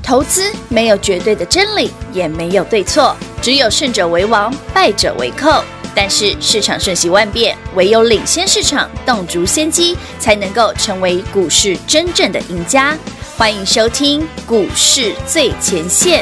投资没有绝对的真理，也没有对错，只有胜者为王，败者为寇。但是市场瞬息万变，唯有领先市场，洞烛先机，才能够成为股市真正的赢家。欢迎收听股市最前线。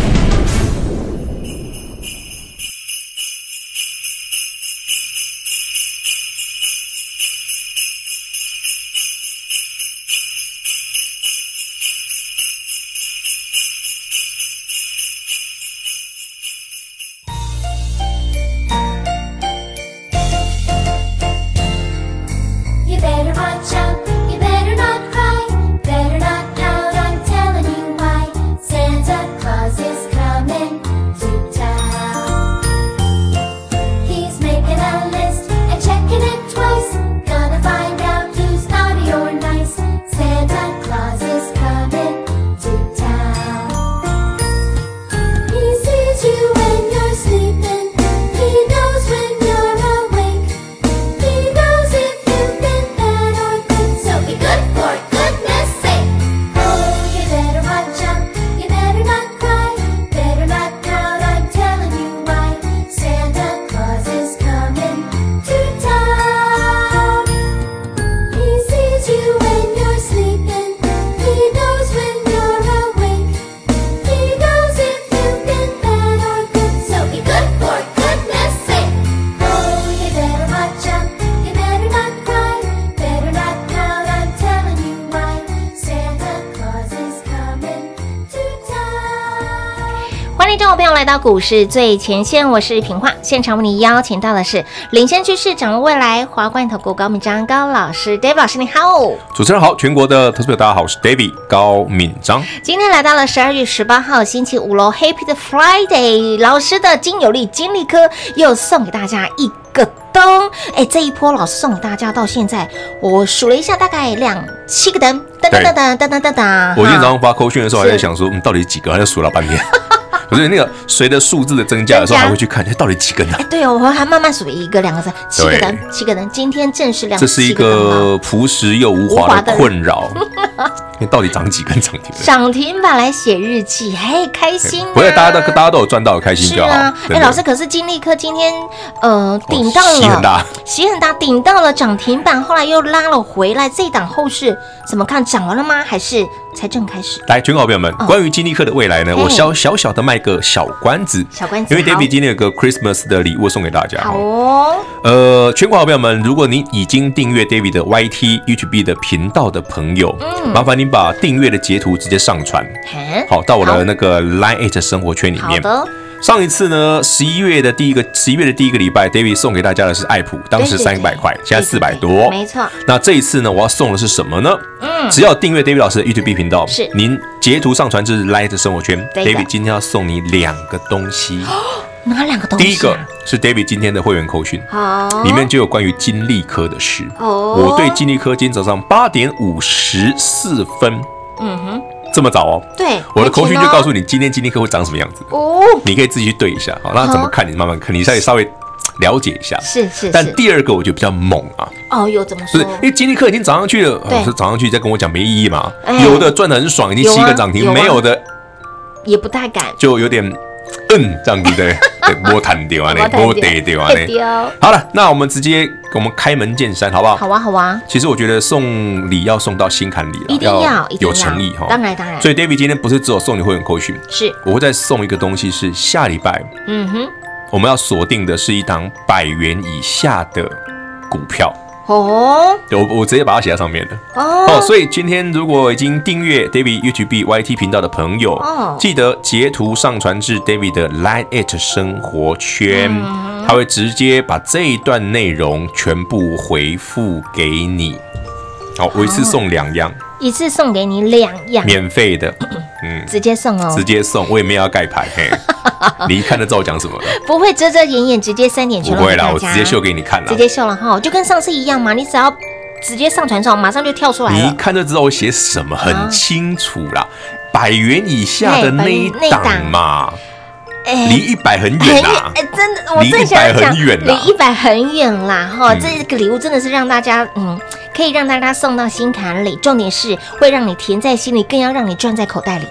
来到股市最前线，我是平化。现场为你邀请到的是领先趋势、掌握未来华冠投顾高敏章高老师 ，David 老师你好。 主持人好，全国的投资者大家好，我是 David 高敏章。 今天来到了12月18号星期五喽 ，Happy 的 Friday， 老师的金有利金利科又送给大家一个灯。这一波老师送给大家到现在，我数了一下，大概7个灯，噔噔噔噔噔噔噔噔。 我今天早上发扣讯的时候还在想说，到底几个？还在数了半天。可是那个随着数字的增加的时候，还会去看，到底几根呢？ 对哦，我还慢慢数了1个、2个、3、7个灯，7个灯。今天正式亮， 这是一个朴实又无华的困扰。到底涨几根涨停？ 涨停板来写日记，嘿，开心啊！ 不会，大家都有赚到，开心就好。 是啊，老师，可是金利科今天顶到了，洗很大，顶到了涨停板，后来又拉了回来。这一档后市怎么看？涨完了吗？还是才正开始？ 来，全国好朋友们，关于金利科的未来呢，我小小的卖个小关子，因为 David 今天有个 Christmas 的礼物送给大家。 好哦。 全国好朋友们，如果你已经订阅 David 的 YT、YouTube 的频道的朋友，麻烦您把订阅的截图直接上传，好，到我的那个 Line@ 生活圈里面。 好的。 上一次呢，11月的第一个礼拜 ，David 送给大家的是爱普，当时300块，现在400多， 没错。 那这一次呢，我要送的是什么呢？只要订阅 David 老师的 YouTube 频道， 是您截图上传至 Line@ 生活圈 ，David 今天要送你2个东西。 哪2个东西？ 第一个是 David 今天的会员扣讯，里面就有关于金利科的事。我对金利科今天早上8点54分，这么早哦？ 对， 我的扣讯就告诉你今天金利科会长什么样子哦，你可以自己去对一下。好，那怎么看？你慢慢看，你稍微了解一下。 是。 但第二个我觉得比较猛啊。 有怎么说？ 不是，因为金利科已经涨上去了，是涨上去再跟我讲没意义嘛？有的赚得很爽，已经7个涨停，没有的也不太敢， 就有点。这样子对，摸弹掉啊，摸跌掉啊。好了，那我们直接开门见山，好不好？ 好啊。 其实我觉得送礼要送到心坎里了， 一定要有诚意哈。 当然。 所以 David 今天不是只有送你会员扣讯， 是我会再送一个东西，是下礼拜，我们要锁定的是一档100元以下的股票。我直接把它写在上面的所以今天如果已经订阅 David YouTube YT 频道的朋友，记得截图上传至 David 的 Line@ 生活圈，他会直接把这一段内容全部回复给你。好，我一次送2样， 一次送给你2样， 免费的， 直接送哦， 直接送，我也没有要盖牌，你一看就知道我讲什么了， 不会遮遮掩掩，直接3点全露给大家， 不会啦，我直接秀给你看啦， 直接秀了哈，就跟上次一样嘛，你只要直接上传之后，马上就跳出来了， 你一看就知道我写什么，很清楚啦，100元以下的那一档嘛。离100很远啦， 真的，我正想讲离100很远啦哈，这个礼物真的是让大家可以让大家送到心坎里，重点是会让你甜在心里，更要让你赚在口袋里。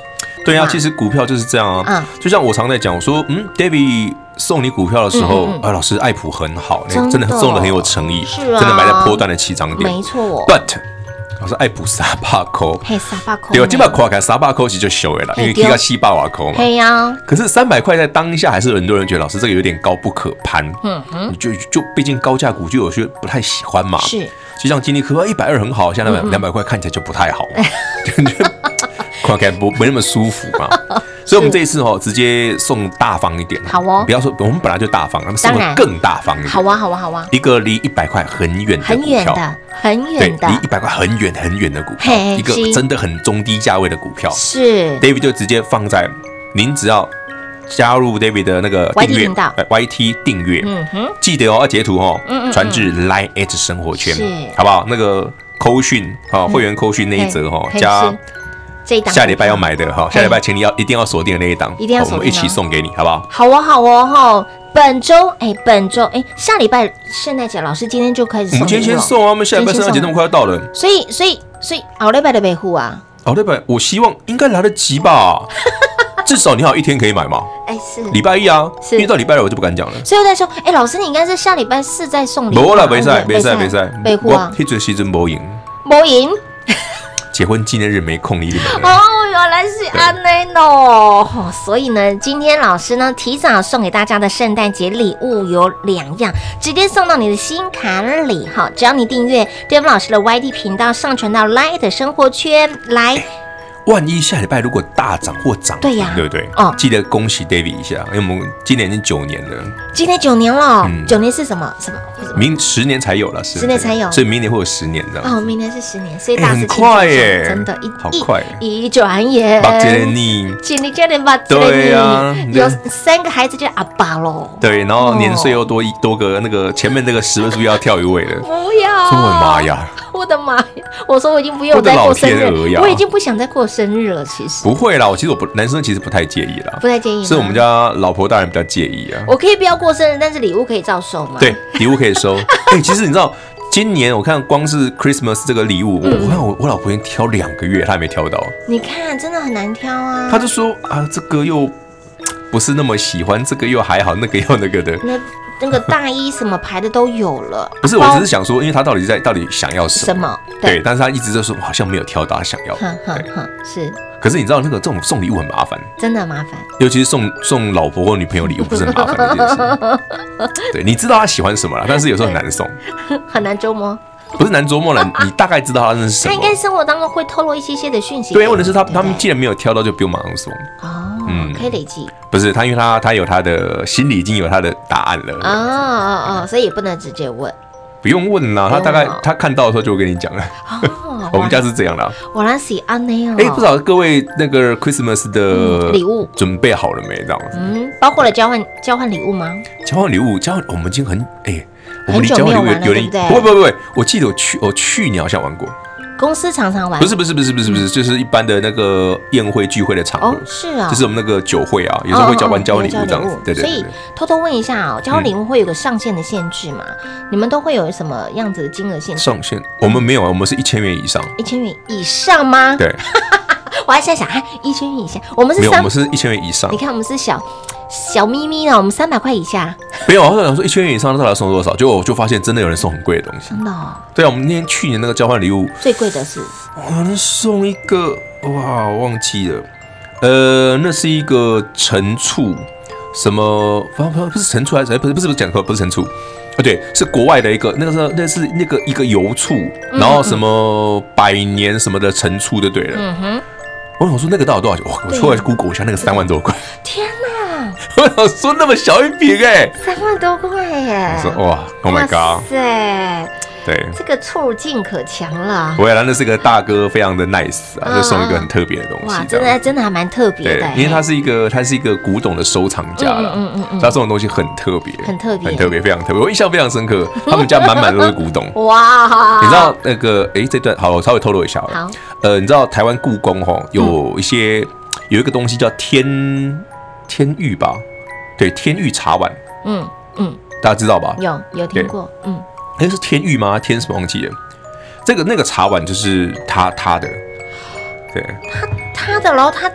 对啊，其实股票就是这样啊。就像我常在讲，我说，David 送你股票的时候，老师爱普很好，真的送的很有诚意， 是啊， 真的买在波段的起涨点， 没错。 But 老师爱普300块， 嘿，300块， 对，基本看看300块其实就小了啦，因为起到700多块嘛。 嘿呀， 可是300块在当下还是有很多人觉得老师这个有点高不可攀，就毕竟高价股就有些不太喜欢嘛。是，就像金立科120很好，像那200块看起来就不太好，看起来没那么舒服嘛。所以我们这一次直接送大方一点， 好哦。 不要说我们本来就大方，那么送的更大方一点。 好啊，好啊，好啊。一个离100块很远的股票， 很远的， 离100块很远很远的股票，一个真的很中低价位的股票。 是 ，David 就直接放在您只要加入 David 的那个订阅 YT 订阅，记得要截图传至 Line@ 生活圈，好不好？那个扣讯会员扣讯那一则加。下礼拜要买的下礼拜请你一定要锁定的那一档，我们一起送给你，好不好？ 好哦，好哦，本周下礼拜圣诞节老师今天就开始送， 我们今天先送啊，我们下礼拜圣诞节那么快要到了， 所以后礼拜的维护啊， 后礼拜我希望应该来得及吧，至少你还有一天可以买嘛。 是礼拜一啊，因为到礼拜二我就不敢讲了。 所以我在说，老师你应该是下礼拜4再送礼物。 没啦，没赛， 维护啊， 那阵时阵没赢。结婚纪念日没空，你哦，原来是安内喏。所以呢，今天老师呢提早送给大家的圣诞节礼物有2样，直接送到你的心坎里哈。只要你订阅 David 老师的 YT 频道，上传到 Line 的生活圈来。 万一下礼拜如果大涨或涨， 对呀， 对不对？记得恭喜 David 一下，因为我们今年已经9年了。 今年9年了，9年是什么？ 明10年才有了，10 年才有， 所以明年会有10年的。 哦，明年是10年，所以大很快耶， 真的， 好快， 一转眼， 把这你， 今年9年把对呀， 有3个孩子就阿爸喽。 对，然后年岁又多个那个前面那个10位数要跳一位了。 不要！ 我的妈呀！ 我的妈呀！我说我已经不用再过生日，我已经不想再过生日了。其实不会啦，其实男生其实不太介意啦， 不太介意， 是我们家老婆大人比较介意啊。 我可以不要过生日，但是礼物可以照收吗？ 对，礼物可以收。其实你知道，今年我看光是 Christmas 这个礼物，我看我老婆已经挑2个月，她还没挑到。 你看，真的很难挑啊。 她就说啊，这个又不是那么喜欢，这个又还好，那个又那个的。 那个大衣什么牌的都有了， 不是，我只是想说，因为他到底想要什么？对，但是他一直就说好像没有挑到他想要的。 是。 可是你知道这种送礼物很麻烦， 真的麻烦， 尤其是送老婆或女朋友礼物，不是很麻烦的一件事。对，你知道他喜欢什么了，但是有时候很难送， 很难琢磨。 不是难琢磨了，你大概知道他是什么。 他应该生活当中会透露一些的讯息。 对，问题是他们既然没有挑到，就不用马上送。 可以累积。 不是他，因为他有他的心里已经有他的答案了。 所以也不能直接问。 不用问啦，他大概他看到的时候就会跟你讲了。我们家是这样的。 我那是安内哦。 不知道各位那个 Christmas 的礼物准备好了没？这样子。 包括了交换礼物吗？ 交换礼物，我们已经我们离交换礼物有点不，我记得我去年好像玩过。 公司常常玩， 不是，就是一般的那个宴会聚会的场合。 是啊， 就是我们那个酒会啊，有时候会交换礼物这样子。对。 所以偷偷问一下交换礼物会有个上限的限制吗？你们都会有什么样子的金额限制？ 上限我们没有啊，我们是1000元以上。 1000元以上吗？ 对。 我还在想，1000元以下，我们是没有，我们是1000元以上。 你看我们是小咪咪呢，我们300块以下。 没有，我想说1000元以上到底要送多少？结果我就发现真的有人送很贵的东西。 真的？ 对啊，我们那天去年那个交换礼物最贵的是， 送一个哇，我忘记了，那是一个陈醋，什么不是陈醋还是不是讲错，不是陈醋。对，是国外的一个，那是一个油醋，然后什么100年什么的陈醋就对了。我想说那个到底多少钱？我出来 Google 一下，那个3万多块。 天哪！ 我想说那么小一瓶3 万多块耶！ 我说哇 ，Oh my god！ 对， 这个醋劲可强了。 不会啦，那是个大哥，非常的 nice 啊，就送一个很特别的东西。 哇，真的还蛮特别的。 因为他是一个古董的收藏家啦，他送的东西很特别，非常特别，我印象非常深刻。他们家满满都是古董。哇！你知道那个这段好，我稍微透露一下好。你知道台湾故宫有一个东西叫天玉吧？对，天玉茶碗。大家知道吧？ 有听过。 是天玉吗？天什么忘记了？那个茶碗就是他的，对， 他的，然后他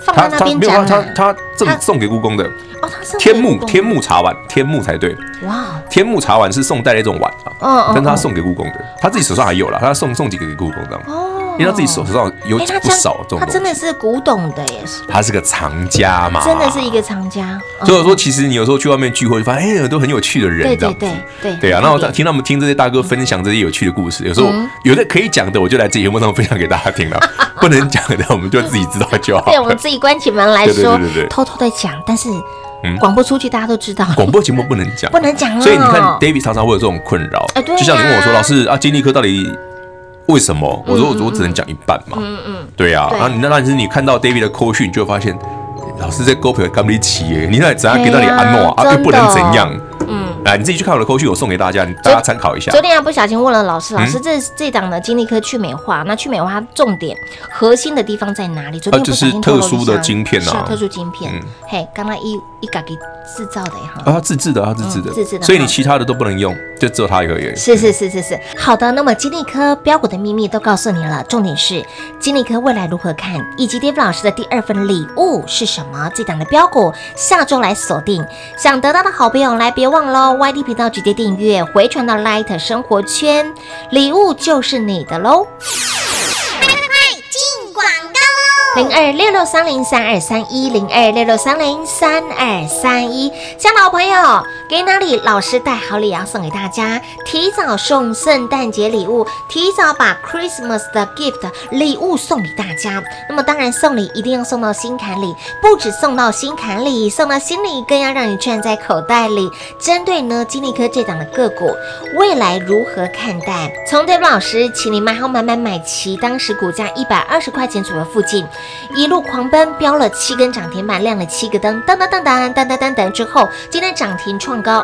放在那边讲啊？ 他送给故宫的。 哦，他送给故宫天目茶碗，天目才对。哇，天目茶碗是宋代的一种碗啊，但是他送给故宫的，他自己手上还有啦，他送几个给故宫的。哦。因为他自己手上有不少这种东西， 他真的是古董的耶， 他是个藏家嘛， 真的是一个藏家。 所以说，其实你有时候去外面聚会，就发现很多很有趣的人，对啊。然后听他们听这些大哥分享这些有趣的故事，有时候有的可以讲的，我就来自己节目上分享给大家听了；不能讲的，我们就自己知道就好。 对，我们自己关起门来说，偷偷的讲，但是广播出去大家都知道， 广播节目不能讲， 不能讲。 所以你看 ，David 常常会有这种困扰，就像你问我说，老师啊，金利科到底？为什么？我说我只能讲一半嘛。对啊。那是你看到 David 的扣讯，就会发现老师在勾朋友干不一起耶，你那怎样给到你安诺啊？又不能怎样。来，你自己去看我的扣讯，我送给大家，大家参考一下。 昨天不小心问了老师，这档的金利科去美化，那去美化它重点核心的地方在哪里？昨天就是特殊的晶片啊， 特殊晶片。嘿，刚刚一个给制造的哈， 他自制的，所以你其他的都不能用，就只有它一个而已。 是。好的，那么金利科标股的秘密都告诉你了，重点是金利科未来如何看，以及 David 老师的第二份礼物是什么？这档的标股下周来锁定，想得到的好朋友来，别忘了 YT 频道直接订阅，回传到 Light 生活圈，礼物就是你的喽。0266303231，0266303231，家老朋友给哪里？老师带好礼要送给大家，提早送圣诞节礼物，提早把 Christmas 的 gift 礼物送给大家。那么当然送礼一定要送到心坎里，不止送到心坎里，送到心里更要让你赚在口袋里。针对呢金利科这档的个股，未来如何看待？从 David 老师请你买好买齐，当时股价120块钱左右附近。一路狂奔，飙了7根涨停板，亮了7个灯，噔之后，今天涨停创高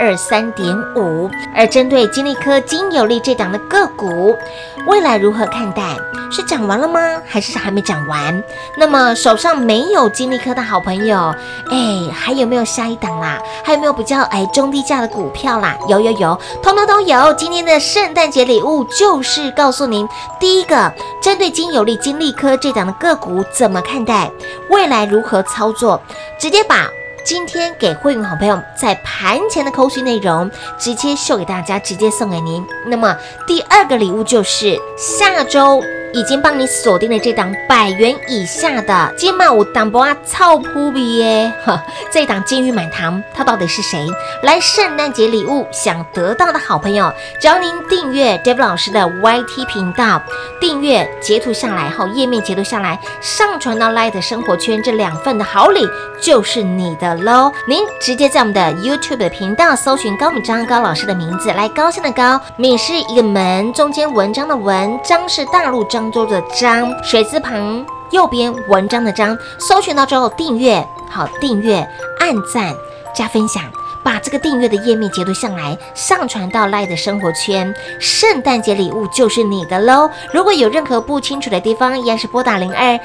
223.5。而针对金利科、金有利这档的个股，未来如何看待？是涨完了吗？还是还没涨完？那么手上没有金利科的好朋友，还有没有下一档啦？还有没有比较中低价的股票啦？有，通通都有。今天的圣诞节礼物就是告诉您，第一个，针对金有利、金利科这档的个股怎么看待，未来如何操作，直接把今天给会员好朋友在盘前的扣讯内容直接秀给大家，直接送给您。那么第二个礼物就是下周已经帮你锁定了这档100元以下的金马舞档波啊超扑比耶，这档金玉满堂，它到底是谁？来圣诞节礼物想得到的好朋友，只要您订阅 David 老师的 YT 频道，订阅截图下来后，页面截图下来，上传到 Light 生活圈，这2份的好礼就是你的喽。您直接在我们的 YouTube 的频道搜寻高敏章高老师的名字，来高兴的高，敏是一个门，中间文章的文，章是大陆漳州的漳，水字旁右边文章的章，搜寻到之后订阅，好，订阅按赞加分享，把这个订阅的页面截图上来，上传到 Light 的生活圈，圣诞节礼物就是你的喽。如果有任何不清楚的地方，依然是拨打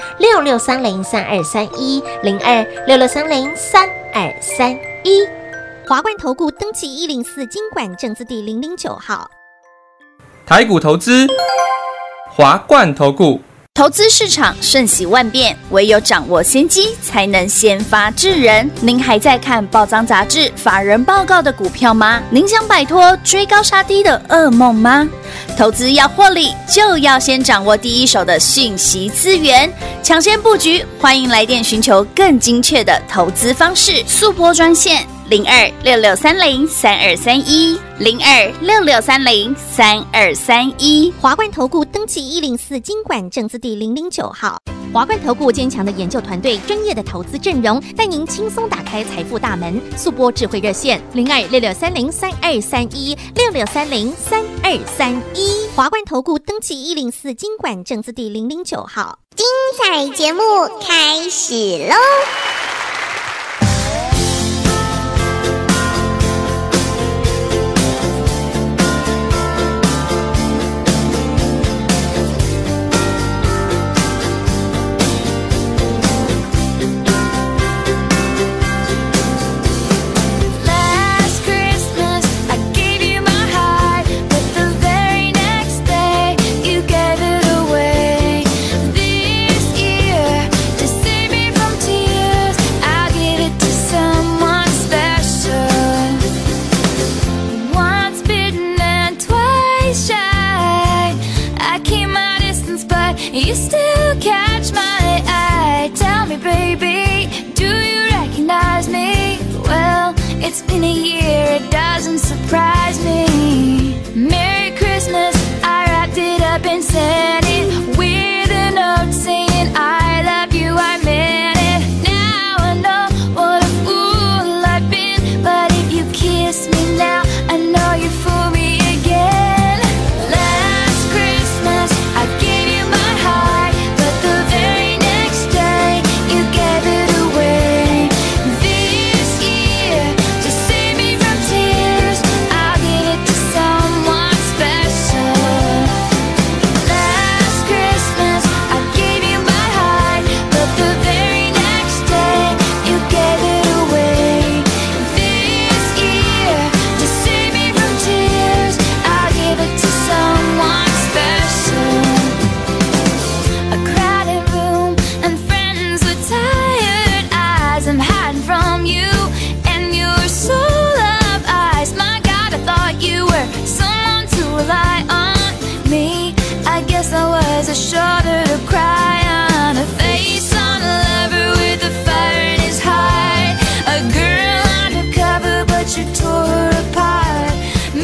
02-6630-3231，02-6630-3231。 华冠投顾登记104金管证字第009号。 台股投资，华冠投顾。 投资市场瞬息万变，唯有掌握先机，才能先发制人。您还在看报章杂志、法人报告的股票吗？您想摆脱追高杀低的噩梦吗？投资要获利，就要先掌握第一手的讯息资源，抢先布局。欢迎来电寻求更精确的投资方式，速拨专线02-6630-3231，02-6630-3231。 华冠投顾登记104金管证字第009号。华冠投顾坚强的研究团队，专业的投资阵容，带您轻松打开财富大门。速拨智慧热线02-6630-3231，6630-3231。华冠投顾登记104金管证字第009号。 精彩节目开始喽！ me, baby, do you recognize me? Well, it's been a year, it doesn't surprise me. Merry Christmas, I wrapped it up and sent it with a note saying I love you, I meant it. Now I know what a fool I've been, but if you kiss me now, I know you fool me again. Last Christmas, I gave you my heart, but the very next day, you gave it away. This year, to save me from tears, I'll give it to someone special. Last Christmas, I gave you my heart, but the very next day, you gave it away. This year, to save me from tears, I'll give it to someone special. A crowded room and friends with tired eyes. I'm hiding from you and your soul of ice. My God, I thought you were someone to rely on. Me, I guess I was a shoulder to cry on, a face on a lover with a fire in his heart, a girl undercover, but you tore her apart.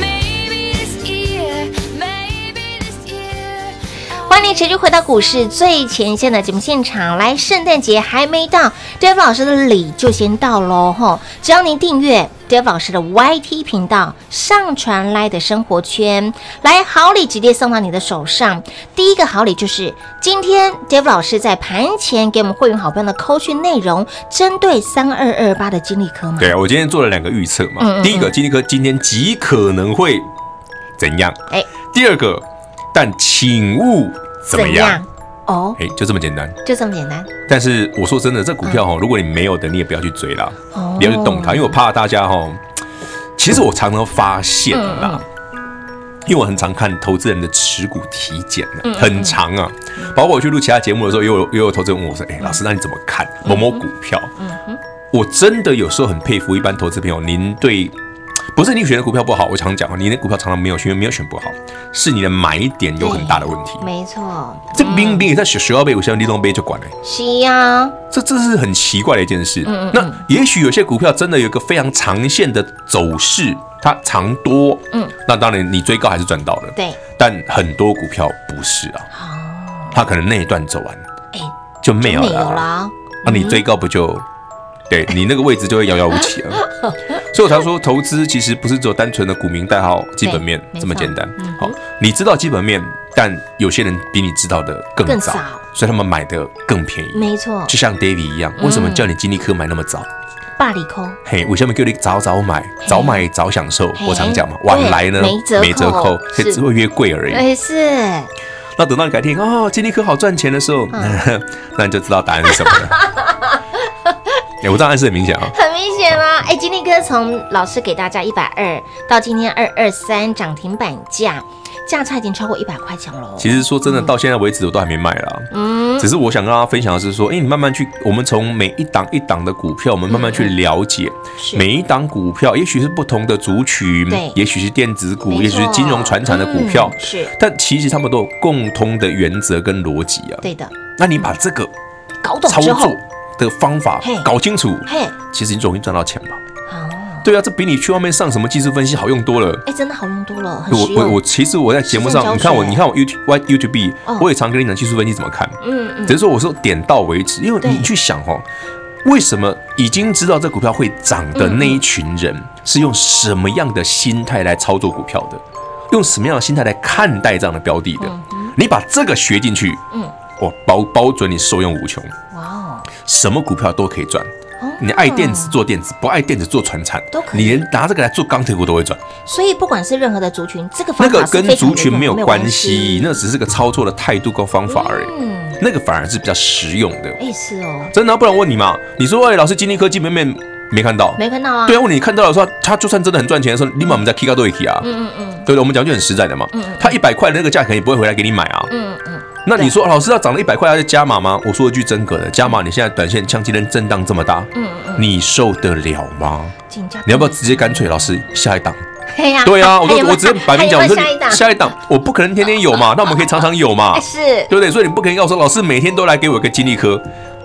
Maybe this year, maybe this year. 欢迎持续回到股市最前线的节目现场。来，圣诞节还没到 ，Dave 老师的礼就先到喽吼！只要您订阅 Dave 老师的 YT 频道，上传来的生活圈，来好礼直接送到你的手上。第一个好礼就是今天 Dave 老师在盘前给我们会员好朋友的扣讯内容，针对3228的金利科嘛。 对啊，我今天做了2个预测嘛。第一个，金利科今天极可能会怎样？第二个，但请勿怎么样？ 哦， 就这么简单， 就这么简单。 但是我说真的，这股票如果你没有的，你也不要去追啦，不要去动它，因为我怕大家其实我常常发现啦，因为我很常看投资人的持股体检很长啊，包括我去录其他节目的时候，也有投资人问我说：“老师，那你怎么看某某股票？”我真的有时候很佩服一般投资朋友，您对。不是你选的股票不好，我常讲，你的股票常常没有选不好，是你的买点有很大的问题。 没错， 这明明在学校杯，我像立东杯就管了。 是呀， 这是很奇怪的一件事。那也许有些股票真的有一个非常长线的走势，它长多，那当然你追高还是赚到了。 对， 但很多股票不是啊，它可能那一段走完，就没有了。那你追高不就？对你那个位置就会遥遥无期了，所以我才说投资其实不是只有单纯的股民代号基本面这么简单。好，你知道基本面，但有些人比你知道的更早，所以他们买的更便宜。 没错， 就像 David 一样，为什么叫你金利科买那么早？ 大利空， 为什么叫你早买，早买早享受？我常讲嘛，晚来呢没折扣，只会越贵而已。 是。 那等到你改天金利科好赚钱的时候，那你就知道答案是什么了。我这样暗示很明显啊， 很明显啦。金利科从老师给大家120到今天223涨停板价差已经超过100块钱了。 其实说真的，到现在为止我都还没卖啦。只是我想跟大家分享的是说，你慢慢去，我们从每一档一档的股票，我们慢慢去了解每一档股票，也许是不同的族群，也许是电子股，也许是金融传产的股票，但其实他们都有共通的原则跟逻辑啊。 对的。 那你把这个搞懂之后的方法搞清楚，其实你容易赚到钱吧？对啊，这比你去外面上什么技术分析好用多了。 真的好用多了，很实用。 我其实我在节目上，你看我 YouTube， 我也常跟你讲技术分析怎么看。只是说我说点到为止，因为你去想为什么已经知道这股票会涨的那一群人是用什么样的心态来操作股票的，用什么样的心态来看待这样的标的的？你把这个学进去，我保准你受用无穷。哇，什么股票都可以赚。你爱电子做电子，不爱电子做传产，都可以。你连拿这个来做钢铁股都会赚。 所以不管是任何的族群，这个方法那个跟族群没有关系，那只是个操作的态度跟方法而已。那个反而是比较实用的。 是哦， 真的。不然问你嘛，你说老师金利科基本面没看到？ 没看到啊。 对啊，问你看到了说他就算真的很赚钱的时候，立马我们在 K 高都会 K 啊。对的，我们讲就很实在的嘛。他100块的那个价钱也不会回来给你买啊。那你说老师要涨了100块，要再加码吗？我说一句真格的，加码你现在短线像今天震荡这么大，你受得了吗？你要不要直接干脆老师下一档？对啊，我直接摆明讲，我说下一档我不可能天天有嘛，那我们可以常常有嘛，是对不对？所以你不可能要说老师每天都来给我一个金利科，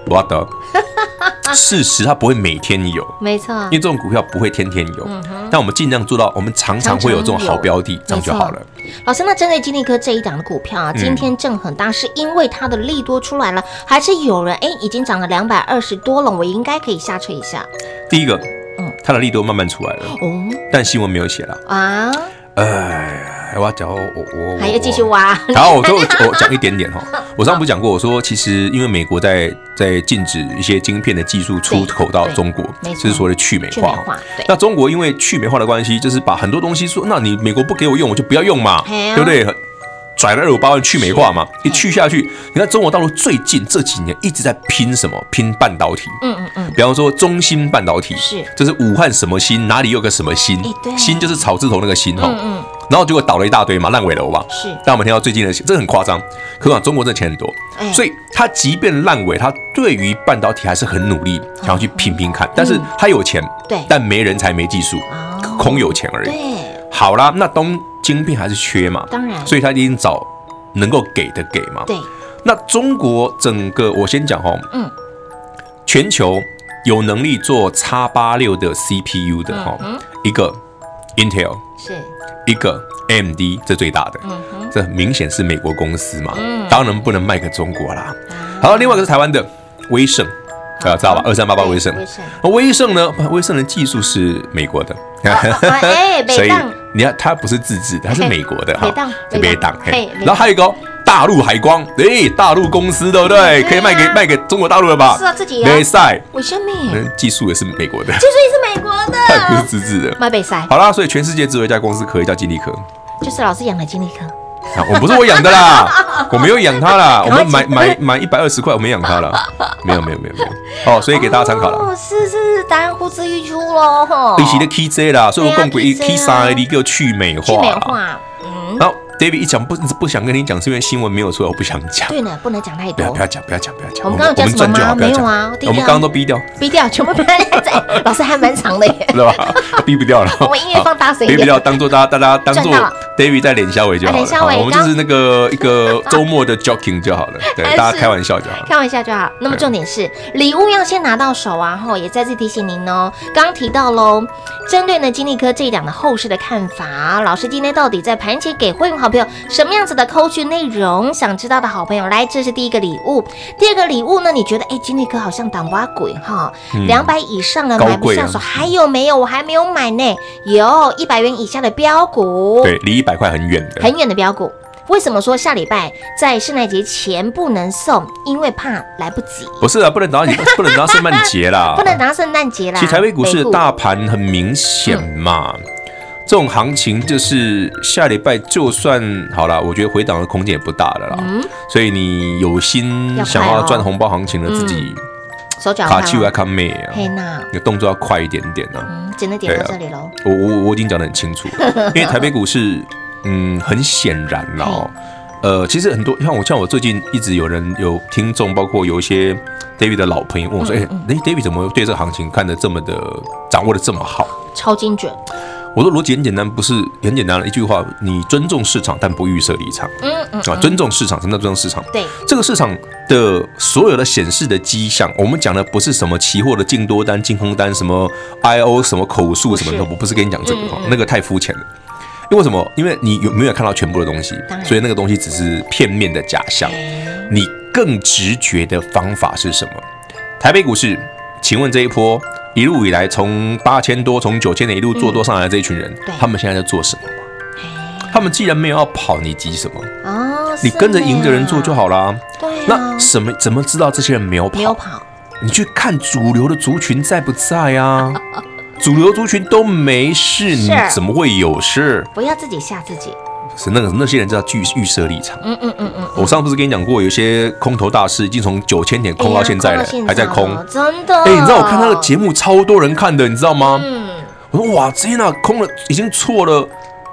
我的。事实它不会每天有， 没错， 因为这种股票不会天天有。但我们尽量做到，我们常常会有这种好标的，这样就好了。 老师，那针对金利科这一档的股票啊，今天挣很大，是因为它的利多出来了，还是有人已经涨了220多了？我应该可以下车一下。 第一个，它的利多慢慢出来了，但新闻没有写了啊。我要讲我还要继续挖。 然后我讲一点点哈。我上次不是讲过，我说其实因为美国在禁止一些晶片的技术出口到中国，这是所谓的去美化。那中国因为去美化的关系，就是把很多东西说，那你美国不给我用，我就不要用嘛，对不对？拽了258万去美化嘛，一去下去，你看中国大陆最近这几年一直在拼什么？拼半导体。比方说中芯半导体，是，这是武汉什么芯，哪里有个什么芯，芯就是草字头那个芯哈。然后结果倒了一大堆嘛，烂尾楼吧。是，但我们听到最近的，这很夸张。可是中国这钱很多，所以他即便烂尾，他对于半导体还是很努力，想要去拼拼看。但是他有钱，对，但没人才没技术，空有钱而已。好啦，那晶片还是缺嘛，当然，所以他一定找能够给的给嘛。对，那中国整个我先讲哈，全球有能力做 X86 的 CPU 的哈，一个 Intel 是，一个 AMD 这最大的，这明显是美国公司嘛，当然不能卖给中国啦。好，另外一个是台湾的威盛。知道吧？2388威盛，威盛呢？威盛的技术是美国的，所以你看它不是自制的，它是美国的哈，这边档。然后还有一个大陆海光，大陆公司对不对？可以卖给中国大陆了吧？ 是啊，自己没赛， 为什么？ 技术也是美国的， 技术也是美国的， 它不是自制的， 卖被赛。 好啦，所以全世界只有一家公司可以叫金利科， 就是老师养的金利科。 我不是我养的啦，我没有养它啦，我们买120块，我没养它啦，没有，所以给大家参考啦。 是，答案呼之欲出喽。 一起的 KJ 啦，所以我讲过，K3 一个去美化。然后 David 一讲不想跟你讲，是因为新闻没有出来，我不想讲。 对呢，不能讲太多。 不要讲。 我们刚刚讲什么吗？没有啊， 我们刚刚都逼掉， 全部老师还蛮长的耶， 对吧？逼不掉了。 我们音乐放大声一点， 逼不掉，当做大家当做 David 在脸消尾就好了。我们就是那个一个周末的 joking 就好了，对，大家开玩笑就好， 开玩笑就好。那么重点是礼物要先拿到手啊，也再次提醒您哦。刚刚提到喽，针对呢金利科这一档的后市的看法，老师今天到底在盘前给会员好朋友什么样子的扣讯内容？想知道的好朋友来，这是第一个礼物。第二个礼物呢？你觉得金利科好像挡挖鬼哈，200以上了买不上手，还有没有？我还没有买呢，有100元以下的标股， 对，离100块很远的标股。为什么说下礼拜在圣诞节前不能送？因为怕来不及。 不是啊，不能等到圣诞节啦， 不能等到圣诞节啦。 其实台北股市的大盘很明显嘛。这种行情就是下礼拜就算好了，我觉得回档的空间也不大了啦。所以你有心想要赚红包行情的，自己手脚卡气要看妹啊，你的动作要快一点点啊。 真的点到这里喽。 我已经讲得很清楚了，因为台北股市很显然啦。其实很多像我最近一直有听众，包括有一些 David 的老朋友问我说，David 怎么对这个行情看得这么的掌握得这么好， 超精准。 我说逻辑很简单，不是很简单的一句话，你尊重市场，但不预设立场。尊重市场，什么叫尊重市场？对，这个市场的所有的显示的迹象，我们讲的不是什么期货的净多单、净空单，什么 IO 什么口数什么的，我不是跟你讲这个，那个太肤浅了。因为什么？因为你没有看到全部的东西，所以那个东西只是片面的假象。你更直觉的方法是什么？台北股市，请问这一波一路以来从8000多，从9000点一路做多上来的这一群人，他们现在在做什么吗？他们既然没有要跑，你急什么？你跟着赢的人做就好啦。那怎么知道这些人没有跑？你去看主流的族群在不在啊？主流族群都没事，你怎么会有事？ 不要自己吓自己。 是那些人叫预设立场。我上次不是跟你讲过，有些空头大师已经从9000点空到现在了，还在空。 真的。 你知道我看那个节目超多人看的，你知道吗？我说哇，天哪，空了已经错了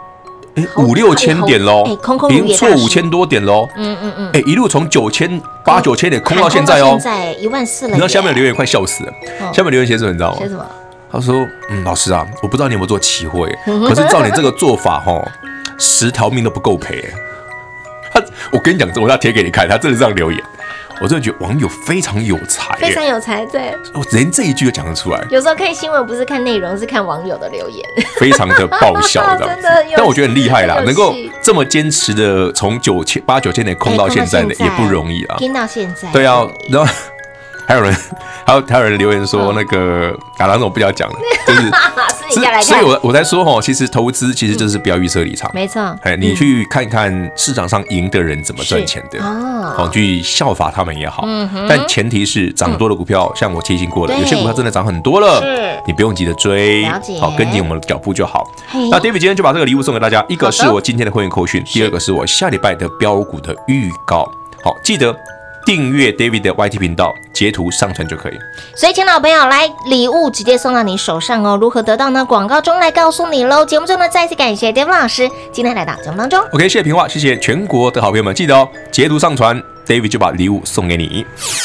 5-6千点喽，已经错5000多点喽。一路从8、9千点空到现在哦， 现在14000了。 你知道下面的留言快笑死了，下面留言写什么你知道吗？ 写什么？ 他说老师啊，我不知道你有没有做期货，可是照你这个做法10条命都不够赔。我跟你讲，我要贴给你看，他真的这样留言。 我真的觉得网友非常有才， 非常有才，对， 我连这一句都讲得出来。 有时候看新闻不是看内容，是看网友的留言， 非常的爆笑这样子。但我觉得很厉害啦，能够这么坚持的从8、9千年空到现在的也不容易啊， 拼到现在。 对啊，然后还有人留言说那个那我不要讲了，就是所以我才说齁，其实投资其实就是不要预设立场， 没错。 你去看看市场上赢的人怎么赚钱的，去效法他们也好。但前提是涨多的股票，像我提醒过了，有些股票真的涨很多了，你不用急着追，好跟紧我们的脚步就好。那 David 今天就把这个礼物送给大家，一个是我今天的会员扣讯，第二个是我下礼拜的标股的预告。好，记得订阅 David 的 YT 频道，截图上传就可以。 所以，亲老朋友，来礼物直接送到你手上哦。如何得到呢？广告中来告诉你喽。节目中呢，再次感谢 David 老师今天来到节目当中。 OK， 谢谢平话，谢谢全国的好朋友们，记得哦，截图上传 ，David 就把礼物送给你。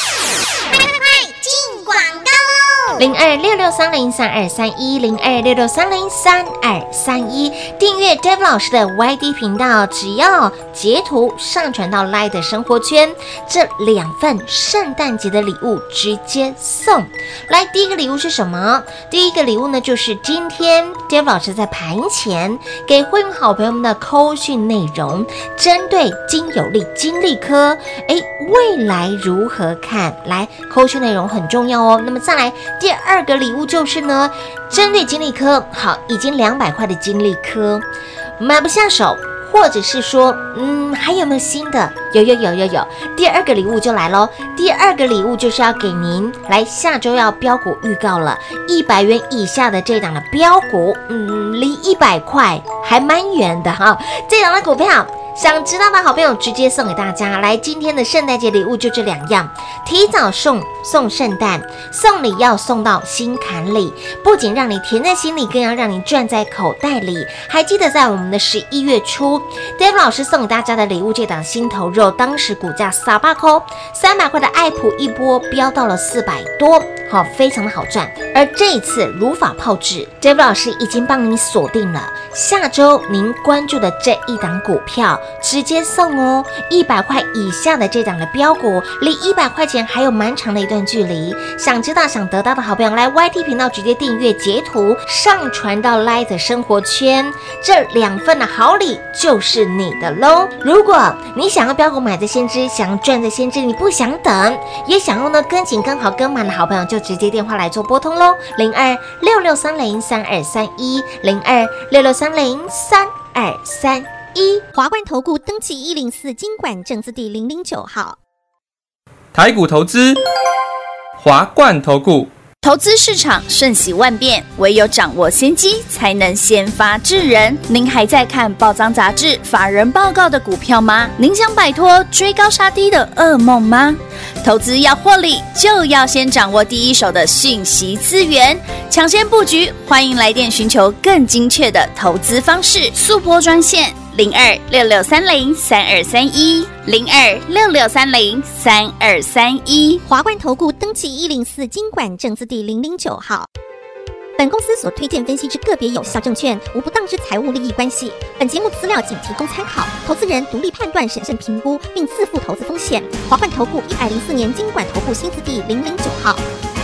0266303231，0266303231，订阅 Dave 老师的 YD 频道，只要截图上传到 LINE 的生活圈，这2份圣诞节的礼物直接送。来，第一个礼物是什么？第一个礼物呢，就是今天 Dave 老师在盘前给会员好朋友们的扣讯内容，针对金有利、金利科，未来如何看？来，扣讯内容很重要哦。那么再来。第二个礼物就是呢，针对金利科，好，已经200块的金利科买不下手，或者是说，还有没有新的？有。第二个礼物就来咯，第二个礼物就是要给您来下周要标股预告了，100元以下的这档的标股，离100块还蛮远的哈，这档的股票。想知道的好朋友直接送给大家，来，今天的圣诞节礼物就这2样，提早送圣诞，送礼要送到心坎里，不仅让你甜在心里，更要让你赚在口袋里。还记得在我们的11月初 Dave 老师送给大家的礼物，这档心头肉，当时股价300块的爱普一波飙到了400多，好，非常的好赚。而这一次如法炮制， Dave 老师已经帮你锁定了下周您关注的这一档股票，直接送哦，100块以下的这档的标股，离100块钱还有蛮长的一段距离。想知道想得到的好朋友，来 YT 频道直接订阅，截图上传到 LINE 的生活圈，这2份的好礼就是你的咯。如果你想要标股买在先知，想要赚在先知，你不想等，也想要呢跟紧跟好跟满的好朋友，就直接电话来做拨通咯，0266303231，0266303231。 华冠投顾登记104金管证字第009号。 台股投资，华冠投顾。 投资市场瞬息万变，唯有掌握先机，才能先发制人。您还在看报章杂志、法人报告的股票吗？您想摆脱追高杀低的噩梦吗？投资要获利，就要先掌握第一手的讯息资源，抢先布局。欢迎来电寻求更精确的投资方式，速拨专线02-6630-3231，02-6630-3231。 华冠投顾登记104金管证字第009号。本公司所推荐分析之个别有效证券，无不当之财务利益关系。本节目资料仅提供参考，投资人独立判断、审慎评估，并自负投资风险。华冠投顾104年金管投顾新字第009号。